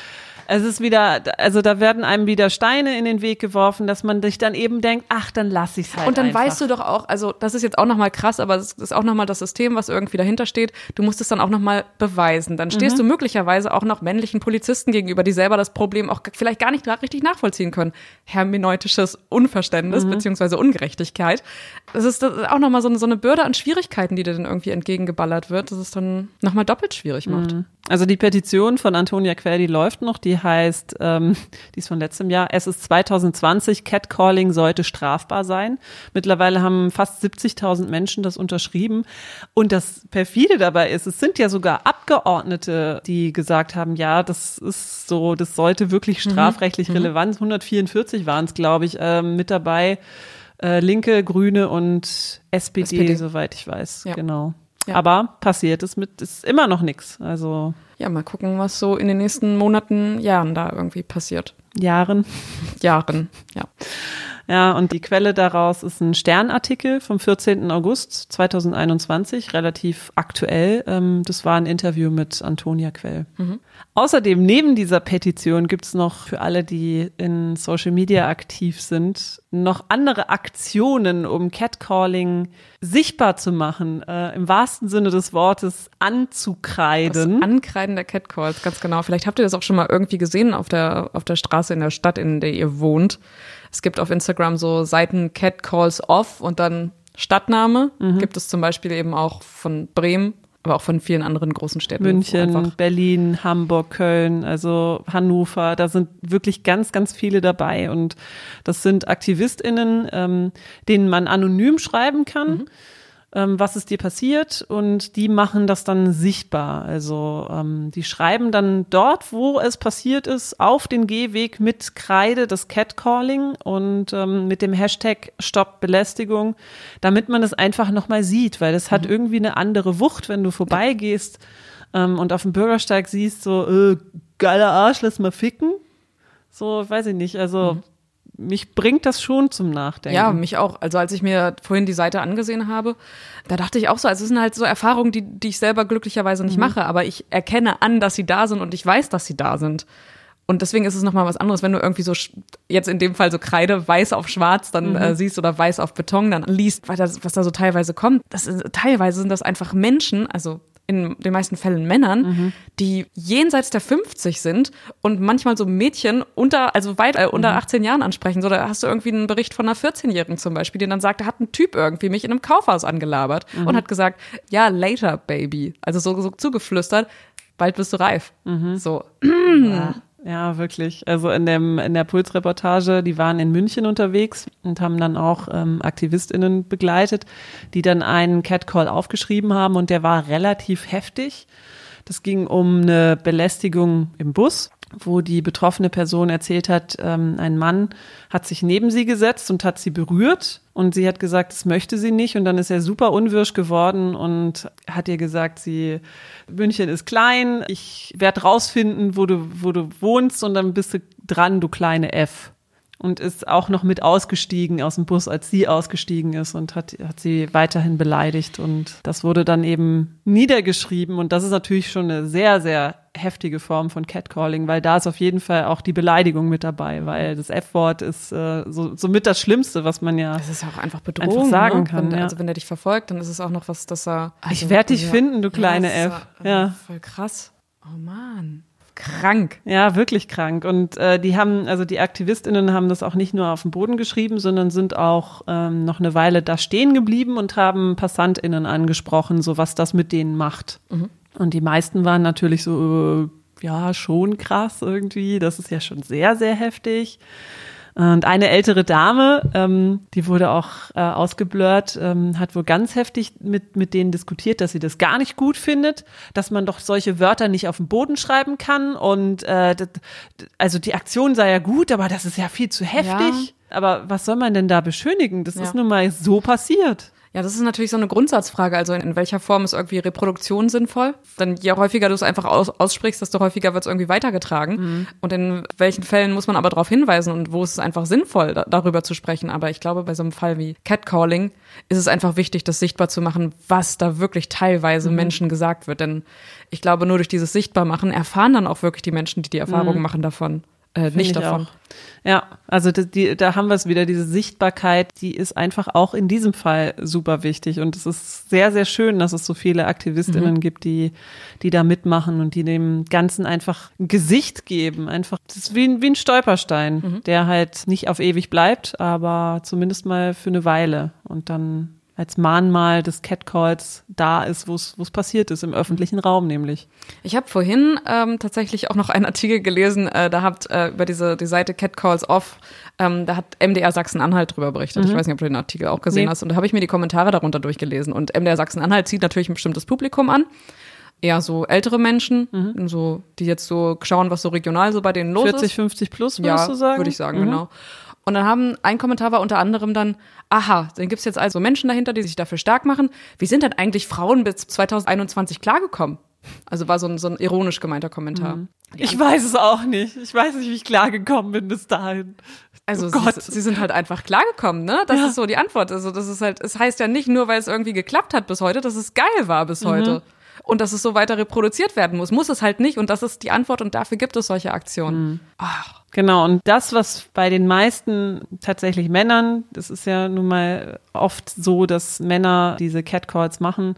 Es ist wieder, also da werden einem wieder Steine in den Weg geworfen, dass man sich dann eben denkt, ach, dann lass ich's halt Und dann einfach. weißt du doch auch, also das ist jetzt auch nochmal krass, aber es ist auch nochmal das System, was irgendwie dahinter steht. Du musst es dann auch nochmal beweisen. Dann stehst mhm. du möglicherweise auch noch männlichen Polizisten gegenüber, die selber das Problem auch vielleicht gar nicht richtig nachvollziehen können. Hermeneutisches Unverständnis mhm. beziehungsweise Ungerechtigkeit. Das ist, das ist auch nochmal so eine, so eine Bürde an Schwierigkeiten, die dir dann irgendwie entgegengeballert wird, dass es dann nochmal doppelt schwierig macht. Mhm. Also die Petition von Antonia Quell, die läuft noch, die heißt, ähm, die ist von letztem Jahr, es ist zwanzig zwanzig, Catcalling sollte strafbar sein. Mittlerweile haben fast siebzigtausend Menschen das unterschrieben. Und das perfide dabei ist, es sind ja sogar Abgeordnete, die gesagt haben, ja, das ist so, das sollte wirklich strafrechtlich mhm. relevant. hundertvierundvierzig waren es, glaube ich, ähm, mit dabei. Äh, Linke, Grüne und S P D, S P D. Soweit ich weiß, ja. genau. Ja. Aber passiert ist mit, ist immer noch nichts. Also ja, mal gucken, was so in den nächsten Monaten, Jahren da irgendwie passiert. Jahren. Jahren, ja. Ja, und die Quelle daraus ist ein Stern-Artikel vom vierzehnten August zweitausendeinundzwanzig, relativ aktuell. Das war ein Interview mit Antonia Quell. Mhm. Außerdem, neben dieser Petition gibt es noch für alle, die in Social Media aktiv sind, noch andere Aktionen, um Catcalling sichtbar zu machen, äh, im wahrsten Sinne des Wortes anzukreiden. Das Ankreiden der Catcalls, ganz genau. Vielleicht habt ihr das auch schon mal irgendwie gesehen auf der, auf der Straße in der Stadt, in der ihr wohnt. Es gibt auf Instagram so Seiten Catcalls Off und dann Stadtname. Mhm. Gibt es zum Beispiel eben auch von Bremen, aber auch von vielen anderen großen Städten. München, Berlin, Hamburg, Köln, also Hannover, da sind wirklich ganz, ganz viele dabei. Und das sind AktivistInnen, ähm, denen man anonym schreiben kann. Mhm. Was ist dir passiert, und die machen das dann sichtbar. Also ähm, die schreiben dann dort, wo es passiert ist, auf den Gehweg mit Kreide das Catcalling und ähm, mit dem Hashtag Stopp Belästigung, damit man das einfach nochmal sieht, weil das hat mhm. irgendwie eine andere Wucht, wenn du vorbeigehst ähm, und auf dem Bürgersteig siehst, so äh, geiler Arsch, lass mal ficken. So, weiß ich nicht, also mhm. mich bringt das schon zum Nachdenken. Ja, mich auch. Also als ich mir vorhin die Seite angesehen habe, da dachte ich auch so, also es sind halt so Erfahrungen, die, die ich selber glücklicherweise nicht mhm. mache, aber ich erkenne an, dass sie da sind und ich weiß, dass sie da sind. Und deswegen ist es nochmal was anderes, wenn du irgendwie so, jetzt in dem Fall so Kreide, weiß auf schwarz dann mhm. äh, siehst oder weiß auf Beton, dann liest, was da, was da so teilweise kommt. Das ist, teilweise sind das einfach Menschen, also in den meisten Fällen Männern, mhm. die jenseits der fünfzig sind und manchmal so Mädchen unter, also weit äh, unter mhm. achtzehn Jahren ansprechen. So, da hast du irgendwie einen Bericht von einer vierzehnjährigen zum Beispiel, die dann sagt, da hat ein Typ irgendwie mich in einem Kaufhaus angelabert mhm. und hat gesagt, ja, later, Baby. Also so, so zugeflüstert, bald bist du reif. Mhm. So. Ja. Ja, wirklich. Also in dem in der Puls-Reportage, die waren in München unterwegs und haben dann auch ähm, AktivistInnen begleitet, die dann einen Catcall aufgeschrieben haben, und der war relativ heftig. Das ging um eine Belästigung im Bus, wo die betroffene Person erzählt hat, ähm, ein Mann hat sich neben sie gesetzt und hat sie berührt, und sie hat gesagt, das möchte sie nicht, und dann ist er super unwirsch geworden und hat ihr gesagt, sie, München ist klein, ich werde rausfinden, wo du, wo du wohnst, und dann bist du dran, du kleine F. Und ist auch noch mit ausgestiegen aus dem Bus, als sie ausgestiegen ist, und hat, hat sie weiterhin beleidigt. Und das wurde dann eben niedergeschrieben. Und das ist natürlich schon eine sehr, sehr heftige Form von Catcalling, weil da ist auf jeden Fall auch die Beleidigung mit dabei, weil das F-Wort ist äh, so, somit das Schlimmste, was man ja das ist auch einfach Bedrohung, einfach sagen ne? kann. Wenn, ja. Also wenn er dich verfolgt, dann ist es auch noch was, dass er... Also, ich werde dich ja, finden, du kleine ja, F. Ja, ja, voll krass. Oh Mann. Krank. Ja, wirklich krank. Und äh, die haben, also die AktivistInnen haben das auch nicht nur auf den Boden geschrieben, sondern sind auch ähm, noch eine Weile da stehen geblieben und haben PassantInnen angesprochen, so was das mit denen macht. Mhm. Und die meisten waren natürlich so, äh, ja, schon krass irgendwie. Das ist ja schon sehr, sehr heftig. Und eine ältere Dame, ähm, die wurde auch äh, ausgeblurrt, ähm, hat wohl ganz heftig mit mit denen diskutiert, dass sie das gar nicht gut findet, dass man doch solche Wörter nicht auf den Boden schreiben kann. Und äh, das, also die Aktion sei ja gut, aber das ist ja viel zu heftig. Ja. Aber was soll man denn da beschönigen? Das ja. ist nun mal so passiert. Ja, das ist natürlich so eine Grundsatzfrage. Also in, in welcher Form ist irgendwie Reproduktion sinnvoll? Denn je häufiger du es einfach aus, aussprichst, desto häufiger wird es irgendwie weitergetragen. Mhm. Und in welchen Fällen muss man aber darauf hinweisen und wo ist es einfach sinnvoll, da, darüber zu sprechen. Aber ich glaube, bei so einem Fall wie Catcalling ist es einfach wichtig, das sichtbar zu machen, was da wirklich teilweise mhm. Menschen gesagt wird. Denn ich glaube, nur durch dieses Sichtbarmachen erfahren dann auch wirklich die Menschen, die die Erfahrung mhm. machen davon. Äh, nicht davon. Auch. Ja, also die, die, da haben wir es wieder, diese Sichtbarkeit, die ist einfach auch in diesem Fall super wichtig und es ist sehr, sehr schön, dass es so viele AktivistInnen mhm. gibt, die, die da mitmachen und die dem Ganzen einfach ein Gesicht geben, einfach, das ist wie ein, wie ein Stolperstein, mhm. der halt nicht auf ewig bleibt, aber zumindest mal für eine Weile und dann als Mahnmal des Catcalls da ist, wo es passiert ist, im öffentlichen Raum nämlich. Ich habe vorhin ähm, tatsächlich auch noch einen Artikel gelesen, äh, da hat äh, über diese die Seite Catcalls Off, ähm, da hat M D R Sachsen-Anhalt drüber berichtet. Mhm. Ich weiß nicht, ob du den Artikel auch gesehen nee. hast. Und da habe ich mir die Kommentare darunter durchgelesen. Und M D R Sachsen-Anhalt zieht natürlich ein bestimmtes Publikum an. Eher so ältere Menschen, mhm. so die jetzt so schauen, was so regional so bei denen los vierzig, ist. fünfzig plus, würdest ja, du sagen? würde ich sagen, mhm. genau. Und dann haben, ein Kommentar war unter anderem dann, aha, dann gibt's jetzt also Menschen dahinter, die sich dafür stark machen. Wie sind denn eigentlich Frauen bis zwanzig einundzwanzig klargekommen? Also war so ein, so ein ironisch gemeinter Kommentar. Mhm. Ich weiß es auch nicht. Ich weiß nicht, wie ich klargekommen bin bis dahin. Also oh Gott. Sie, sie sind halt einfach klargekommen, ne? Das ja. ist so die Antwort. Also das ist halt, es heißt ja nicht nur, weil es irgendwie geklappt hat bis heute, dass es geil war bis mhm. heute. Und dass es so weiter reproduziert werden muss. Muss es halt nicht. Und das ist die Antwort. Und dafür gibt es solche Aktionen. Mhm. Ach. Genau. Und das, was bei den meisten tatsächlich Männern, das ist ja nun mal oft so, dass Männer diese Catcalls machen,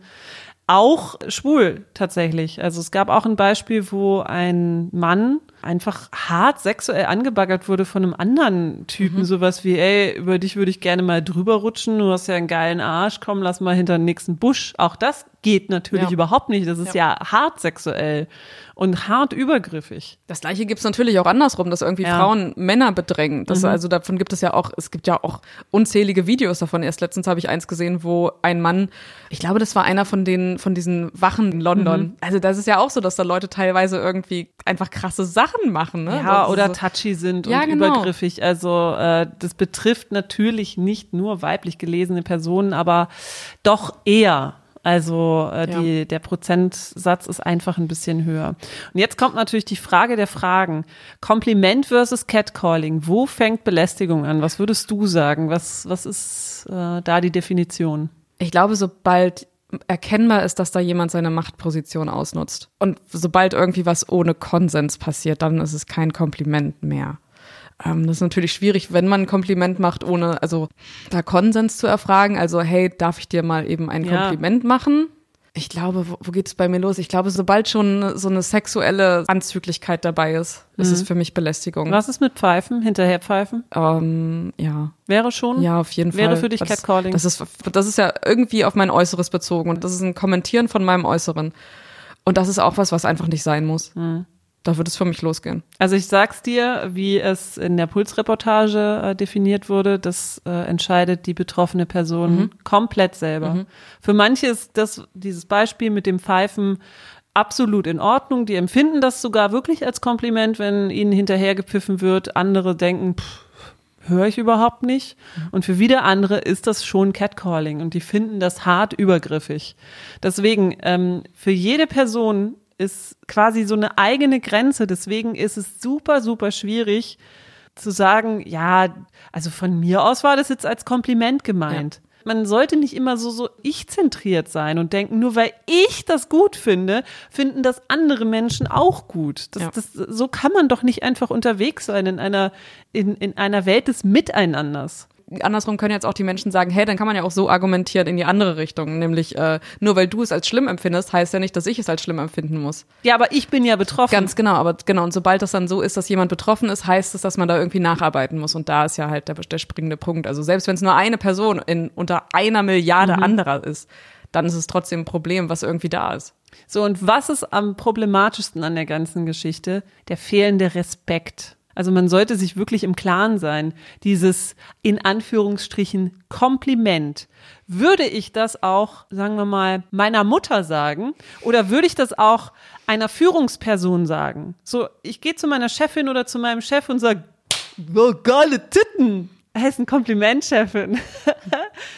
auch schwul tatsächlich. Also es gab auch ein Beispiel, wo ein Mann einfach hart sexuell angebaggert wurde von einem anderen Typen. Mhm. Sowas wie, ey, über dich würde ich gerne mal drüber rutschen, du hast ja einen geilen Arsch, komm, lass mal hinter den nächsten Busch. Auch das geht natürlich ja. überhaupt nicht. Das ist ja. ja hart sexuell und hart übergriffig. Das Gleiche gibt's natürlich auch andersrum, dass irgendwie ja. Frauen Männer bedrängen. Das, mhm. Also davon gibt es ja auch, es gibt ja auch unzählige Videos davon. Erst letztens habe ich eins gesehen, wo ein Mann, ich glaube, das war einer von den, von diesen Wachen in London. Mhm. Also das ist ja auch so, dass da Leute teilweise irgendwie einfach krasse Sachen machen, ne? Ja, oder so touchy sind ja, und genau. übergriffig. Also äh, das betrifft natürlich nicht nur weiblich gelesene Personen, aber doch eher. Also äh, die, ja. der Prozentsatz ist einfach ein bisschen höher. Und jetzt kommt natürlich die Frage der Fragen. Kompliment versus Catcalling. Wo fängt Belästigung an? Was würdest du sagen? Was, was ist äh, da die Definition? Ich glaube, sobald erkennbar ist, dass da jemand seine Machtposition ausnutzt. Und sobald irgendwie was ohne Konsens passiert, dann ist es kein Kompliment mehr. Ähm, das ist natürlich schwierig, wenn man ein Kompliment macht, ohne also da Konsens zu erfragen. Also, hey, darf ich dir mal eben ein ja. Kompliment machen? Ich glaube, wo, wo geht's bei mir los? Ich glaube, sobald schon so eine sexuelle Anzüglichkeit dabei ist, mhm. ist es für mich Belästigung. Was ist mit Pfeifen? Hinterher pfeifen? Ähm, ja. Wäre schon? Ja, auf jeden Wäre Fall. Wäre für dich das, Catcalling? Das ist, das ist ja irgendwie auf mein Äußeres bezogen und das ist ein Kommentieren von meinem Äußeren. Und das ist auch was, was einfach nicht sein muss. Mhm. Da wird es für mich losgehen. Also ich sag's dir, wie es in der Pulsreportage äh, definiert wurde, das äh, entscheidet die betroffene Person mhm. komplett selber. Mhm. Für manche ist das, dieses Beispiel mit dem Pfeifen absolut in Ordnung. Die empfinden das sogar wirklich als Kompliment, wenn ihnen hinterher gepfiffen wird. Andere denken, pff, höre ich überhaupt nicht. Und für wieder andere ist das schon Catcalling und die finden das hart übergriffig. Deswegen, ähm, für jede Person ist quasi so eine eigene Grenze. Deswegen ist es super, super schwierig zu sagen, ja, also von mir aus war das jetzt als Kompliment gemeint. Ja. Man sollte nicht immer so, so ich-zentriert sein und denken, nur weil ich das gut finde, finden das andere Menschen auch gut. Das, ja. das, so kann man doch nicht einfach unterwegs sein in einer, in, in einer Welt des Miteinanders. Andersrum können jetzt auch die Menschen sagen, hey, dann kann man ja auch so argumentieren in die andere Richtung, nämlich äh, nur weil du es als schlimm empfindest, heißt ja nicht, dass ich es als schlimm empfinden muss. Ja, aber ich bin ja betroffen. Ganz genau, aber genau, und sobald das dann so ist, dass jemand betroffen ist, heißt es, dass man da irgendwie nacharbeiten muss und da ist ja halt der, der springende Punkt. Also selbst wenn es nur eine Person in unter einer Milliarde mhm. anderer ist, dann ist es trotzdem ein Problem, was irgendwie da ist. So, und was ist am problematischsten an der ganzen Geschichte? Der fehlende Respekt. Also man sollte sich wirklich im Klaren sein, dieses in Anführungsstrichen Kompliment. Würde ich das auch, sagen wir mal, meiner Mutter sagen oder würde ich das auch einer Führungsperson sagen? So, ich gehe zu meiner Chefin oder zu meinem Chef und sage, oh, geile Titten. Das ist ein Kompliment, Chefin.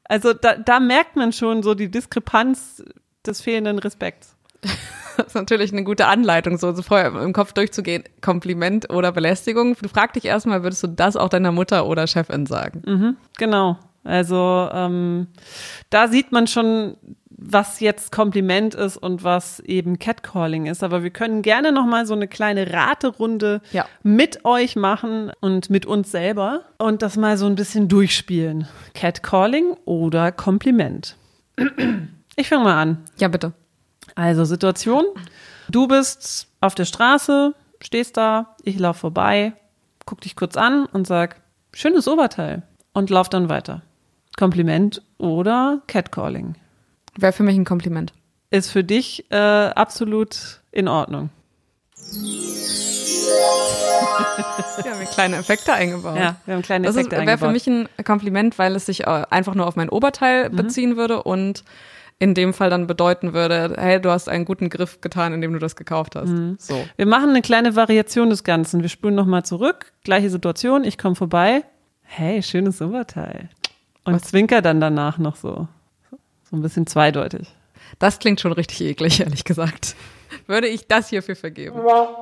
Also da, da merkt man schon so die Diskrepanz des fehlenden Respekts. Das ist natürlich eine gute Anleitung, so, so vorher im Kopf durchzugehen. Kompliment oder Belästigung. Du frag dich erstmal, würdest du das auch deiner Mutter oder Chefin sagen? Mhm, genau. Also ähm, da sieht man schon, was jetzt Kompliment ist und was eben Catcalling ist. Aber wir können gerne noch mal so eine kleine Raterunde ja. mit euch machen und mit uns selber und das mal so ein bisschen durchspielen. Catcalling oder Kompliment? Ich fange mal an. Ja, bitte. Also Situation, du bist auf der Straße, stehst da, ich laufe vorbei, guck dich kurz an und sag, schönes Oberteil und lauf dann weiter. Kompliment oder Catcalling? Wäre für mich ein Kompliment. Ist für dich äh, absolut in Ordnung. Wir haben kleine Effekte eingebaut. Ja, wir haben kleine das Effekte ist, wäre für mich ein Kompliment, weil es sich einfach nur auf mein Oberteil mhm. beziehen würde und in dem Fall dann bedeuten würde, hey, du hast einen guten Griff getan, indem du das gekauft hast. Mhm. So. Wir machen eine kleine Variation des Ganzen. Wir spulen nochmal zurück. Gleiche Situation, ich komme vorbei. Hey, schönes Oberteil. Und Was? zwinker dann danach noch so. So ein bisschen zweideutig. Das klingt schon richtig eklig, ehrlich gesagt. Würde ich das hierfür vergeben.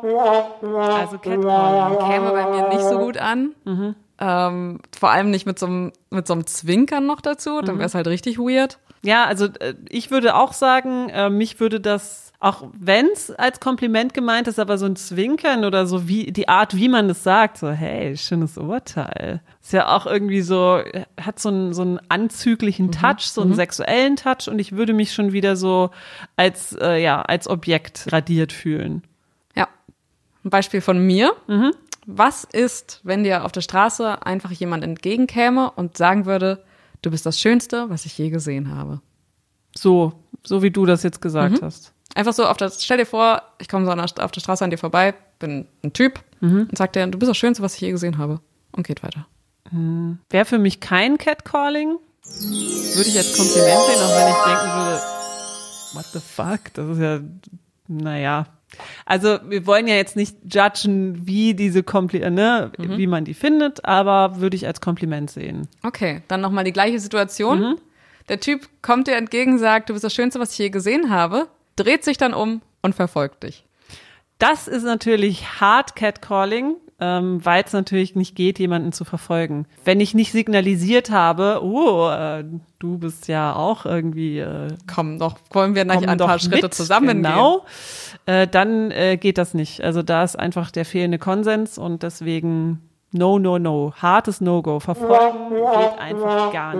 Also Catcalling käme bei mir nicht so gut an. Mhm. Ähm, vor allem nicht mit so einem, mit so einem Zwinkern noch dazu. Dann wäre es halt richtig weird. Ja, also ich würde auch sagen, äh, mich würde das, auch wenn es als Kompliment gemeint ist, aber so ein Zwinkern oder so wie die Art, wie man das sagt, so hey, schönes Oberteil. Ist ja auch irgendwie so, hat so einen, so einen anzüglichen Touch, mhm. so einen mhm. sexuellen Touch und ich würde mich schon wieder so als, äh, ja, als Objekt radiert fühlen. Ja, ein Beispiel von mir. Mhm. Was ist, wenn dir auf der Straße einfach jemand entgegenkäme und sagen würde, du bist das Schönste, was ich je gesehen habe. So, so wie du das jetzt gesagt mhm. hast. Einfach so, auf der, stell dir vor, ich komme so an der, auf der Straße an dir vorbei, bin ein Typ mhm. und sagt dir, du bist das Schönste, was ich je gesehen habe. Und geht weiter. Mhm. Wäre für mich kein Catcalling. Würde ich als Kompliment sehen, auch wenn ich denken würde, what the fuck? Das ist ja, naja. Also wir wollen ja jetzt nicht judgen, wie diese Kompli- ne, mhm. wie man die findet, aber würde ich als Kompliment sehen. Okay, dann nochmal die gleiche Situation. Mhm. Der Typ kommt dir entgegen, sagt, du bist das Schönste, was ich je gesehen habe, dreht sich dann um und verfolgt dich. Das ist natürlich hart Catcalling, ähm, weil es natürlich nicht geht, jemanden zu verfolgen. Wenn ich nicht signalisiert habe, oh, äh, du bist ja auch irgendwie äh, komm doch, wollen wir nicht ein paar Schritte zusammen genau, gehen? Äh, dann äh, geht das nicht. Also da ist einfach der fehlende Konsens und deswegen no, no, no. Hartes No-Go. Verfolgen geht einfach gar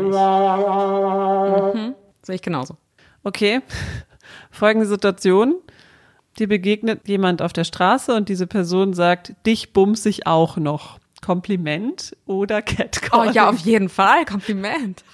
nicht. Mhm. Sehe ich genauso. Okay, folgende Situation. Dir begegnet jemand auf der Straße und diese Person sagt, dich bumse ich auch noch. Kompliment oder Catcalling? Oh ja, auf jeden Fall, Kompliment.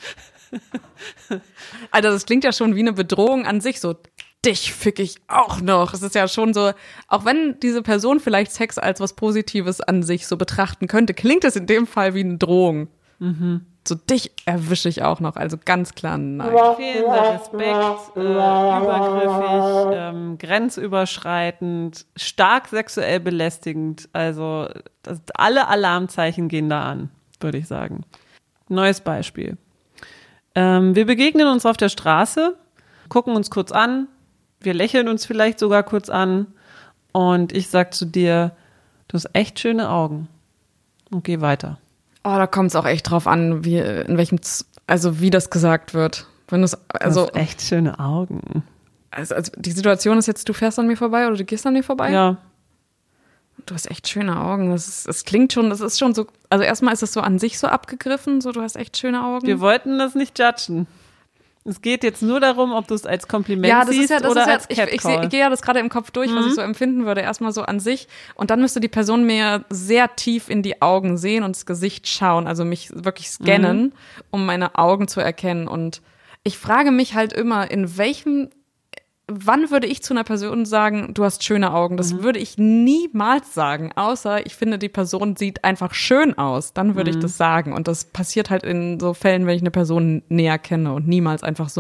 Also das klingt ja schon wie eine Bedrohung an sich, so dich fick ich auch noch. Es ist ja schon so, auch wenn diese Person vielleicht Sex als was Positives an sich so betrachten könnte, klingt es in dem Fall wie eine Drohung. Mhm. So dich erwische ich auch noch, also ganz klar nein. Fehlender Respekt, äh, übergriffig, ähm, grenzüberschreitend, stark sexuell belästigend. Also das, alle Alarmzeichen gehen da an, würde ich sagen. Neues Beispiel. Ähm, wir begegnen uns auf der Straße, gucken uns kurz an, wir lächeln uns vielleicht sogar kurz an und ich sag zu dir, du hast echt schöne Augen und geh weiter. Oh, da kommt es auch echt drauf an, wie in welchem, Z- also wie das gesagt wird. Wenn es also du hast echt schöne Augen. Also, also die Situation ist jetzt, du fährst an mir vorbei oder du gehst an mir vorbei? Ja. Du hast echt schöne Augen. Das ist, das klingt schon, das ist schon so, also erstmal ist es so an sich so abgegriffen, so du hast echt schöne Augen. Wir wollten das nicht judgen. Es geht jetzt nur darum, ob du es als Kompliment ja, das siehst ist ja, das oder ist ja, als Catcall. Ich, ich, seh, ich gehe ja das gerade im Kopf durch, mhm. was ich so empfinden würde. Erstmal so an sich. Und dann müsste die Person mir sehr tief in die Augen sehen und ins Gesicht schauen, also mich wirklich scannen, mhm. um meine Augen zu erkennen. Und ich frage mich halt immer, in welchem, wann würde ich zu einer Person sagen, du hast schöne Augen? Das mhm. würde ich niemals sagen, außer ich finde, die Person sieht einfach schön aus. Dann würde mhm. ich das sagen. Und das passiert halt in so Fällen, wenn ich eine Person näher kenne und niemals einfach so.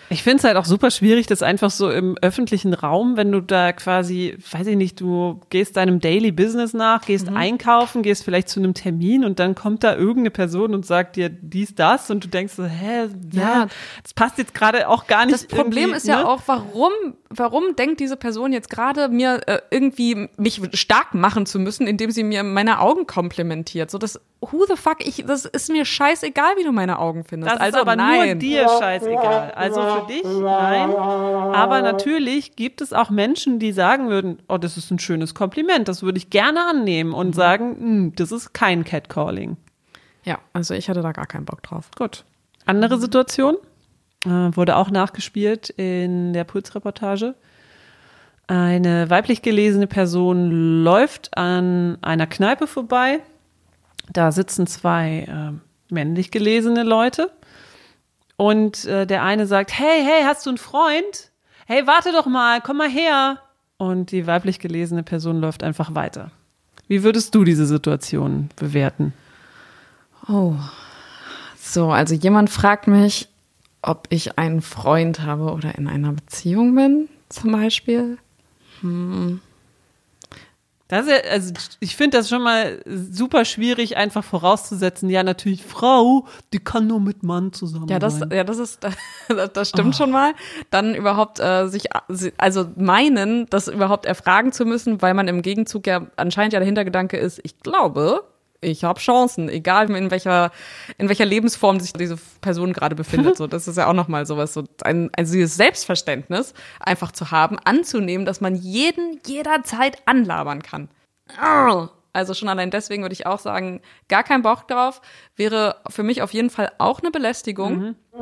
Ich finde es halt auch super schwierig, das einfach so im öffentlichen Raum, wenn du da quasi, weiß ich nicht, du gehst deinem Daily Business nach, gehst mhm. einkaufen, gehst vielleicht zu einem Termin und dann kommt da irgendeine Person und sagt dir dies, das und du denkst so, hä, ja, ja das passt jetzt gerade auch gar nicht. Das Problem ist ja ne? auch, warum, warum denkt diese Person jetzt gerade mir äh, irgendwie mich stark machen zu müssen, indem sie mir meine Augen komplimentiert? So, das, who the fuck, ich, das ist mir scheißegal, wie du meine Augen findest. Das also ist aber nein. nur dir scheißegal. Also für dich, nein. Aber natürlich gibt es auch Menschen, die sagen würden, oh, das ist ein schönes Kompliment, das würde ich gerne annehmen und sagen, das ist kein Catcalling. Ja, also ich hatte da gar keinen Bock drauf. Gut. Andere Situation, äh, wurde auch nachgespielt in der Puls-Reportage. Eine weiblich gelesene Person läuft an einer Kneipe vorbei. Da sitzen zwei äh, männlich gelesene Leute. Und äh, der eine sagt, hey, hey, hast du einen Freund? Hey, warte doch mal, komm mal her. Und die weiblich gelesene Person läuft einfach weiter. Wie würdest du diese Situation bewerten? Oh, so, also jemand fragt mich, ob ich einen Freund habe oder in einer Beziehung bin, zum Beispiel. Hm. Das ist ja, also ich finde das schon mal super schwierig, einfach vorauszusetzen, ja natürlich, Frau, die kann nur mit Mann zusammen ja, das, sein. Ja, das ist, das stimmt oh. schon mal. Dann überhaupt äh, sich, also meinen, das überhaupt erfragen zu müssen, weil man im Gegenzug ja anscheinend ja der Hintergedanke ist, ich glaube, ich habe Chancen, egal in welcher, in welcher Lebensform sich diese Person gerade befindet. So, das ist ja auch nochmal sowas, so ein, also dieses Selbstverständnis einfach zu haben, anzunehmen, dass man jeden jederzeit anlabern kann. Also schon allein deswegen würde ich auch sagen, gar kein Bock drauf, wäre für mich auf jeden Fall auch eine Belästigung. Mhm. Und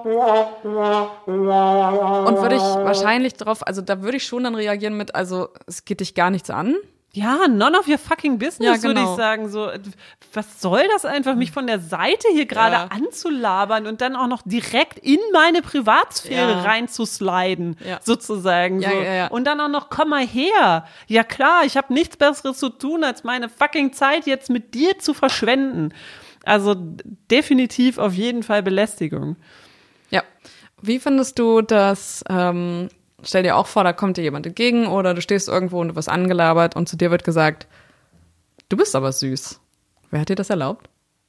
würde ich wahrscheinlich drauf, also da würde ich schon dann reagieren mit, also es geht dich gar nichts an. Ja, none of your fucking business, ja, genau. würde ich sagen. So, was soll das einfach, mich von der Seite hier gerade ja. anzulabern und dann auch noch direkt in meine Privatsphäre ja. reinzusliden, ja. sozusagen. Ja, so. ja, ja. Und dann auch noch, komm mal her. Ja klar, ich habe nichts Besseres zu tun, als meine fucking Zeit jetzt mit dir zu verschwenden. Also definitiv auf jeden Fall Belästigung. Ja. Wie findest du das... Ähm Stell dir auch vor, da kommt dir jemand entgegen oder du stehst irgendwo und du wirst angelabert und zu dir wird gesagt, du bist aber süß. Wer hat dir das erlaubt?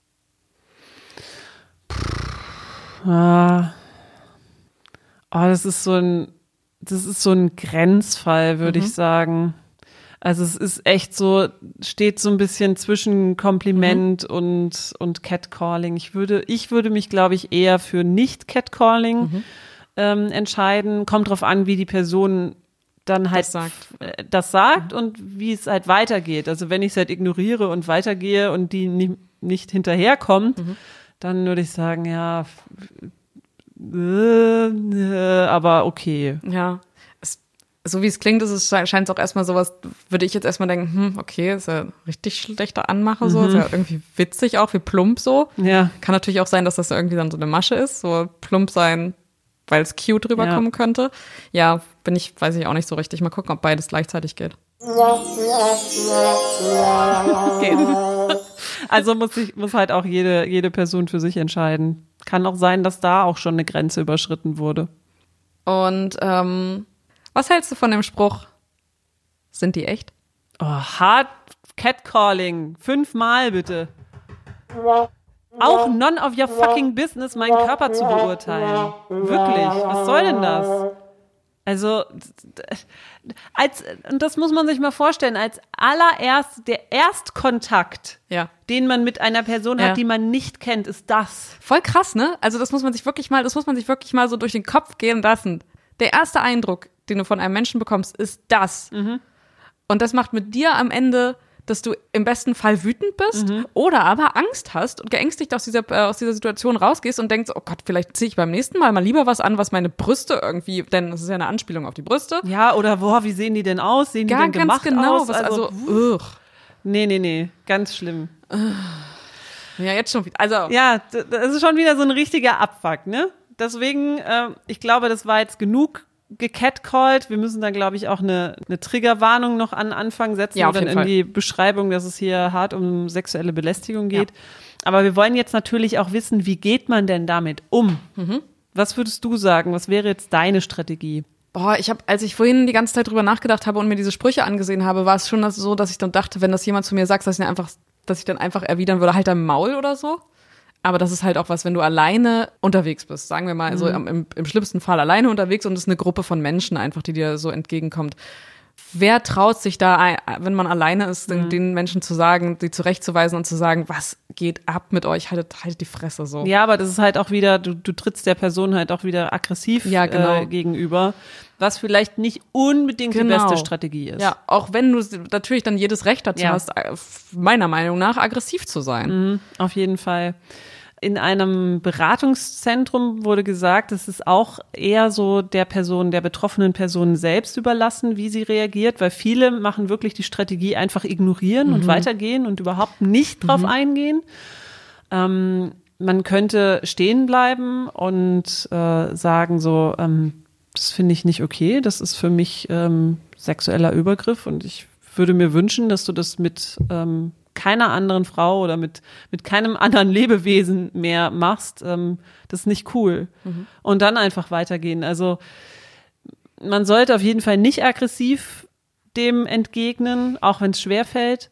Ah. Oh, das ist so ein, das ist so ein Grenzfall, würde mhm. ich sagen. Also es ist echt so, steht so ein bisschen zwischen Kompliment mhm. und, und Catcalling. Ich würde, ich würde mich, glaube ich, eher für Nicht-Catcalling mhm. Ähm, entscheiden, kommt drauf an, wie die Person dann halt das sagt, äh, das sagt mhm. und wie es halt weitergeht. Also wenn ich es halt ignoriere und weitergehe und die nie, nicht hinterherkommt, mhm. dann würde ich sagen, ja, äh, äh, aber okay. Ja, es, so wie es klingt, ist es, scheint es auch erstmal sowas, würde ich jetzt erstmal denken, hm, okay, ist ja richtig schlechter Anmache so, mhm. ist ja irgendwie witzig auch, wie plump so. Ja. Kann natürlich auch sein, dass das irgendwie dann so eine Masche ist, so plump sein, weil es cute rüberkommen ja. könnte. Ja, bin ich, weiß ich auch nicht so richtig. Mal gucken, ob beides gleichzeitig geht. geht. Also muss ich, muss halt auch jede, jede Person für sich entscheiden. Kann auch sein, dass da auch schon eine Grenze überschritten wurde. Und ähm, was hältst du von dem Spruch? Sind die echt? Oh, hart Catcalling. Fünfmal bitte. Auch none of your fucking business, meinen Körper zu beurteilen. Wirklich, was soll denn das? Also, als, und das muss man sich mal vorstellen, als allererst, der Erstkontakt, ja. den man mit einer Person ja. hat, die man nicht kennt, ist das. Voll krass, ne? Also das muss man sich wirklich mal, das muss man sich wirklich mal so durch den Kopf gehen lassen. Der erste Eindruck, den du von einem Menschen bekommst, ist das. Mhm. Und das macht mit dir am Ende, dass du im besten Fall wütend bist mhm. oder aber Angst hast und geängstigt aus dieser, äh, aus dieser Situation rausgehst und denkst, oh Gott, vielleicht ziehe ich beim nächsten Mal mal lieber was an, was meine Brüste irgendwie, denn das ist ja eine Anspielung auf die Brüste. Ja, oder boah, wie sehen die denn aus? Sehen ja, die denn gemacht genau, aus? Was, also, also ugh. Nee, nee, nee, ganz schlimm. Ja, jetzt schon wieder. Also ja, das ist schon wieder so ein richtiger Abfuck, ne? Deswegen, äh, ich glaube, das war jetzt genug gecatcallt. Wir müssen dann, glaube ich, auch eine, eine Triggerwarnung noch an Anfang setzen ja, oder in Fall. die Beschreibung, dass es hier hart um sexuelle Belästigung geht. Ja. Aber wir wollen jetzt natürlich auch wissen, wie geht man denn damit um? Mhm. Was würdest du sagen? Was wäre jetzt deine Strategie? Boah, ich habe, als ich vorhin die ganze Zeit drüber nachgedacht habe und mir diese Sprüche angesehen habe, war es schon so, dass ich dann dachte, wenn das jemand zu mir sagt, dass ich dann einfach, dass ich dann einfach erwidern würde, halt dein Maul oder so. Aber das ist halt auch was, wenn du alleine unterwegs bist, sagen wir mal, also mhm. im, im schlimmsten Fall alleine unterwegs und es ist eine Gruppe von Menschen einfach, die dir so entgegenkommt. Wer traut sich da, wenn man alleine ist, mhm. den Menschen zu sagen, die zurechtzuweisen und zu sagen, was geht ab mit euch, haltet, haltet die Fresse so. Ja, aber das ist halt auch wieder, du, du trittst der Person halt auch wieder aggressiv ja, genau. äh, gegenüber, was vielleicht nicht unbedingt genau. die beste Strategie ist. Ja, auch wenn du natürlich dann jedes Recht dazu ja. hast, meiner Meinung nach aggressiv zu sein. Mhm, auf jeden Fall. In einem Beratungszentrum wurde gesagt, es ist auch eher so der Person, der betroffenen Person selbst überlassen, wie sie reagiert, weil viele machen wirklich die Strategie einfach ignorieren mhm. und weitergehen und überhaupt nicht drauf mhm. eingehen. Ähm, man könnte stehen bleiben und äh, sagen so, ähm, das finde ich nicht okay, das ist für mich ähm, sexueller Übergriff und ich würde mir wünschen, dass du das mit ähm, keiner anderen Frau oder mit, mit keinem anderen Lebewesen mehr machst, ähm, das ist nicht cool. Mhm. Und dann einfach weitergehen. Also man sollte auf jeden Fall nicht aggressiv dem entgegnen, auch wenn es schwerfällt,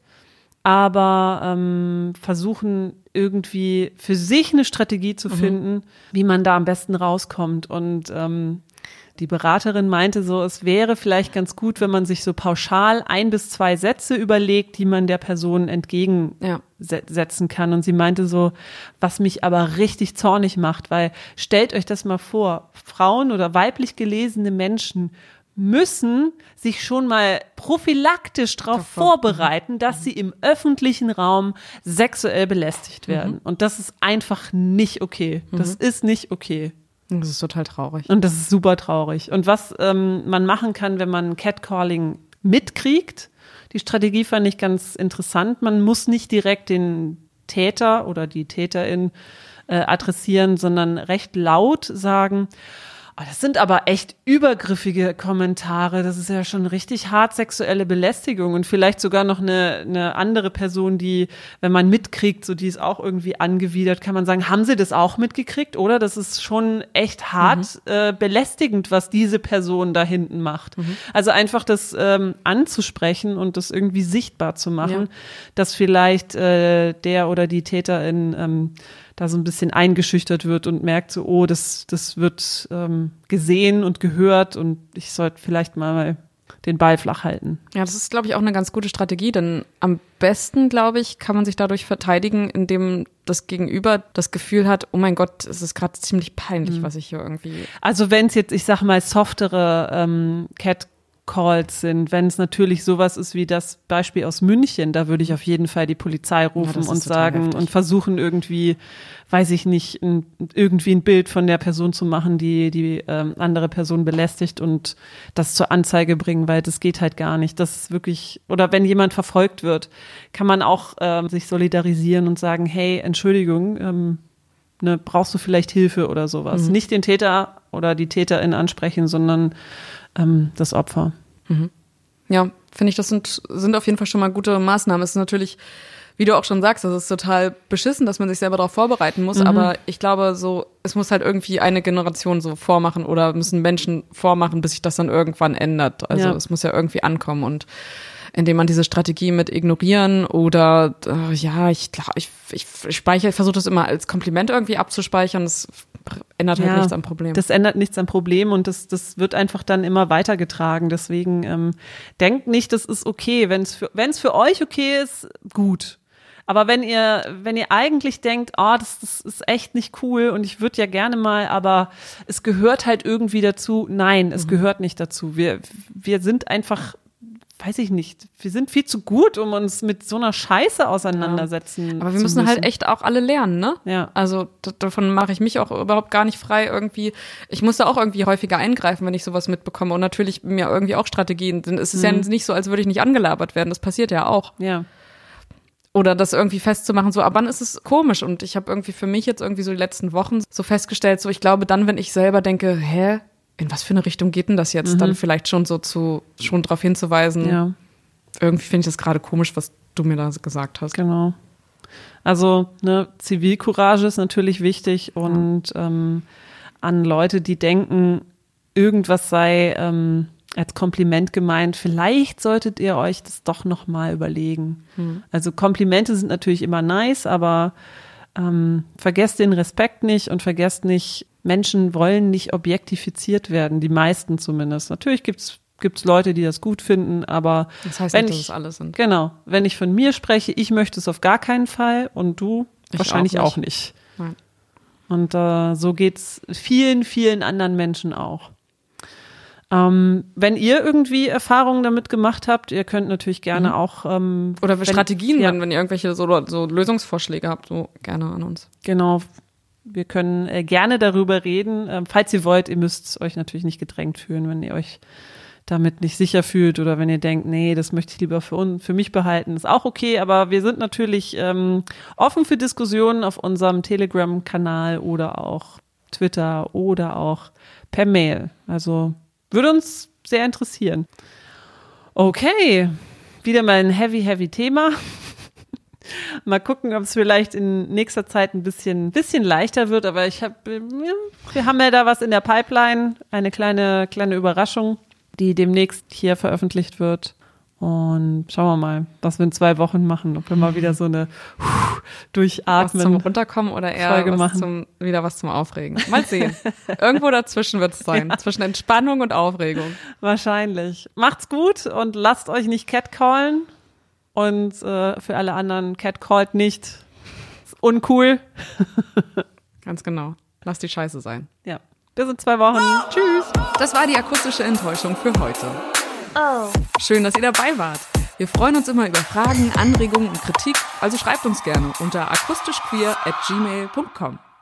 aber ähm, versuchen irgendwie für sich eine Strategie zu finden, mhm. wie man da am besten rauskommt. Und ähm, die Beraterin meinte so, es wäre vielleicht ganz gut, wenn man sich so pauschal ein bis zwei Sätze überlegt, die man der Person entgegensetzen ja. kann. Und sie meinte so, was mich aber richtig zornig macht, weil stellt euch das mal vor, Frauen oder weiblich gelesene Menschen müssen sich schon mal prophylaktisch darauf vorbereiten, dass sie im öffentlichen Raum sexuell belästigt werden. Mhm. Und das ist einfach nicht okay. Das mhm. ist nicht okay. Das ist total traurig. Und das ist super traurig. Und was ähm, man machen kann, wenn man Catcalling mitkriegt, die Strategie fand ich ganz interessant. Man muss nicht direkt den Täter oder die Täterin äh, adressieren, sondern recht laut sagen, oh, das sind aber echt übergriffige Kommentare. Das ist ja schon richtig hart sexuelle Belästigung und vielleicht sogar noch eine, eine andere Person, die, wenn man mitkriegt, so die ist auch irgendwie angewidert, kann man sagen, haben Sie das auch mitgekriegt? Oder das ist schon echt hart mhm. äh, belästigend, was diese Person da hinten macht. Mhm. Also einfach das ähm, anzusprechen und das irgendwie sichtbar zu machen, ja. dass vielleicht äh, der oder die Täterin ähm, da so ein bisschen eingeschüchtert wird und merkt so, oh, das, das wird ähm, gesehen und gehört und ich sollte vielleicht mal den Ball flach halten. Ja, das ist, glaube ich, auch eine ganz gute Strategie, denn am besten, glaube ich, kann man sich dadurch verteidigen, indem das Gegenüber das Gefühl hat, oh mein Gott, es ist gerade ziemlich peinlich, mhm. was ich hier irgendwie… Also wenn es jetzt, ich sag mal, softere ähm, Cat Calls sind, wenn es natürlich sowas ist wie das Beispiel aus München, da würde ich auf jeden Fall die Polizei rufen ja, und sagen heftig. Und versuchen irgendwie, weiß ich nicht, ein, irgendwie ein Bild von der Person zu machen, die die ähm, andere Person belästigt und das zur Anzeige bringen, weil das geht halt gar nicht. Das ist wirklich, oder wenn jemand verfolgt wird, kann man auch ähm, sich solidarisieren und sagen, hey, Entschuldigung, ähm, ne, brauchst du vielleicht Hilfe oder sowas. Mhm. Nicht den Täter oder die Täterin ansprechen, sondern ähm, das Opfer. Mhm. Ja, finde ich, das sind, sind auf jeden Fall schon mal gute Maßnahmen. Es ist natürlich, wie du auch schon sagst, das ist total beschissen, dass man sich selber darauf vorbereiten muss, mhm. aber ich glaube so, es muss halt irgendwie eine Generation so vormachen oder müssen Menschen vormachen, bis sich das dann irgendwann ändert. Also ja. es muss ja irgendwie ankommen und indem man diese Strategie mit ignorieren oder äh, ja, ich glaube, ich, ich speichere, ich versuche das immer als Kompliment irgendwie abzuspeichern. Das ändert halt ja, nichts am Problem. Das ändert nichts am Problem und das, das wird einfach dann immer weitergetragen. Deswegen ähm, denkt nicht, das ist okay. Wenn es für, wenn es für euch okay ist, gut. Aber wenn ihr, wenn ihr eigentlich denkt, oh, das, das ist echt nicht cool und ich würde ja gerne mal, aber es gehört halt irgendwie dazu. Nein, es mhm. gehört nicht dazu. Wir, wir sind einfach, weiß ich nicht, wir sind viel zu gut, um uns mit so einer Scheiße auseinandersetzen ja. Aber wir müssen, müssen halt echt auch alle lernen, ne? Ja. Also d- davon mache ich mich auch überhaupt gar nicht frei irgendwie. Ich muss da auch irgendwie häufiger eingreifen, wenn ich sowas mitbekomme und natürlich mir irgendwie auch Strategien. Denn es ist mhm. ja nicht so, als würde ich nicht angelabert werden. Das passiert ja auch. Ja. Oder das irgendwie festzumachen, so, ab wann ist es komisch? Und ich habe irgendwie für mich jetzt irgendwie so die letzten Wochen so festgestellt, so ich glaube dann, wenn ich selber denke, hä, in was für eine Richtung geht denn das jetzt? Mhm. Dann vielleicht schon so zu, schon darauf hinzuweisen. Ja. Irgendwie finde ich das gerade komisch, was du mir da gesagt hast. Genau. Also, ne, Zivilcourage ist natürlich wichtig und ja. ähm, an Leute, die denken, irgendwas sei ähm, als Kompliment gemeint. Vielleicht solltet ihr euch das doch noch mal überlegen. Hm. Also Komplimente sind natürlich immer nice, aber ähm, vergesst den Respekt nicht und vergesst nicht, Menschen wollen nicht objektifiziert werden, die meisten zumindest. Natürlich gibt's gibt's Leute, die das gut finden, aber das heißt wenn nicht, ich, dass es alle sind. Genau, wenn ich von mir spreche, ich möchte es auf gar keinen Fall und du Ich wahrscheinlich auch auch nicht. Auch nicht. Und äh, so geht's vielen, vielen anderen Menschen auch. Ähm, wenn ihr irgendwie Erfahrungen damit gemacht habt, ihr könnt natürlich gerne Mhm. auch ähm, Oder für wenn, Strategien, ja, wenn, wenn ihr irgendwelche so, so Lösungsvorschläge habt, so gerne an uns. Genau, wir können äh, gerne darüber reden. Ähm, falls ihr wollt, ihr müsst euch natürlich nicht gedrängt fühlen, wenn ihr euch damit nicht sicher fühlt oder wenn ihr denkt, nee, das möchte ich lieber für, un- für mich behalten, ist auch okay. Aber wir sind natürlich ähm, offen für Diskussionen auf unserem Telegram-Kanal oder auch Twitter oder auch per Mail. Also würde uns sehr interessieren. Okay, wieder mal ein heavy, heavy Thema. Mal gucken, ob es vielleicht in nächster Zeit ein bisschen, bisschen leichter wird. Aber ich habe, wir haben ja da was in der Pipeline, eine kleine, kleine Überraschung, die demnächst hier veröffentlicht wird. Und schauen wir mal, was wir in zwei Wochen machen. Ob wir mal wieder so eine Was Durchatmen. zum Runterkommen oder eher Folge was machen. zum, wieder was zum Aufregen. Mal sehen. Irgendwo dazwischen wird es sein. Ja. Zwischen Entspannung und Aufregung. Wahrscheinlich. Macht's gut und lasst euch nicht catcallen. Und äh, für alle anderen, catcallt nicht. Ist uncool. Ganz genau. Lass die Scheiße sein. Ja. Bis in zwei Wochen. Tschüss. Das war die akustische Enttäuschung für heute. Oh. Schön, dass ihr dabei wart. Wir freuen uns immer über Fragen, Anregungen und Kritik, also schreibt uns gerne unter akustischqueer at gmail punkt com.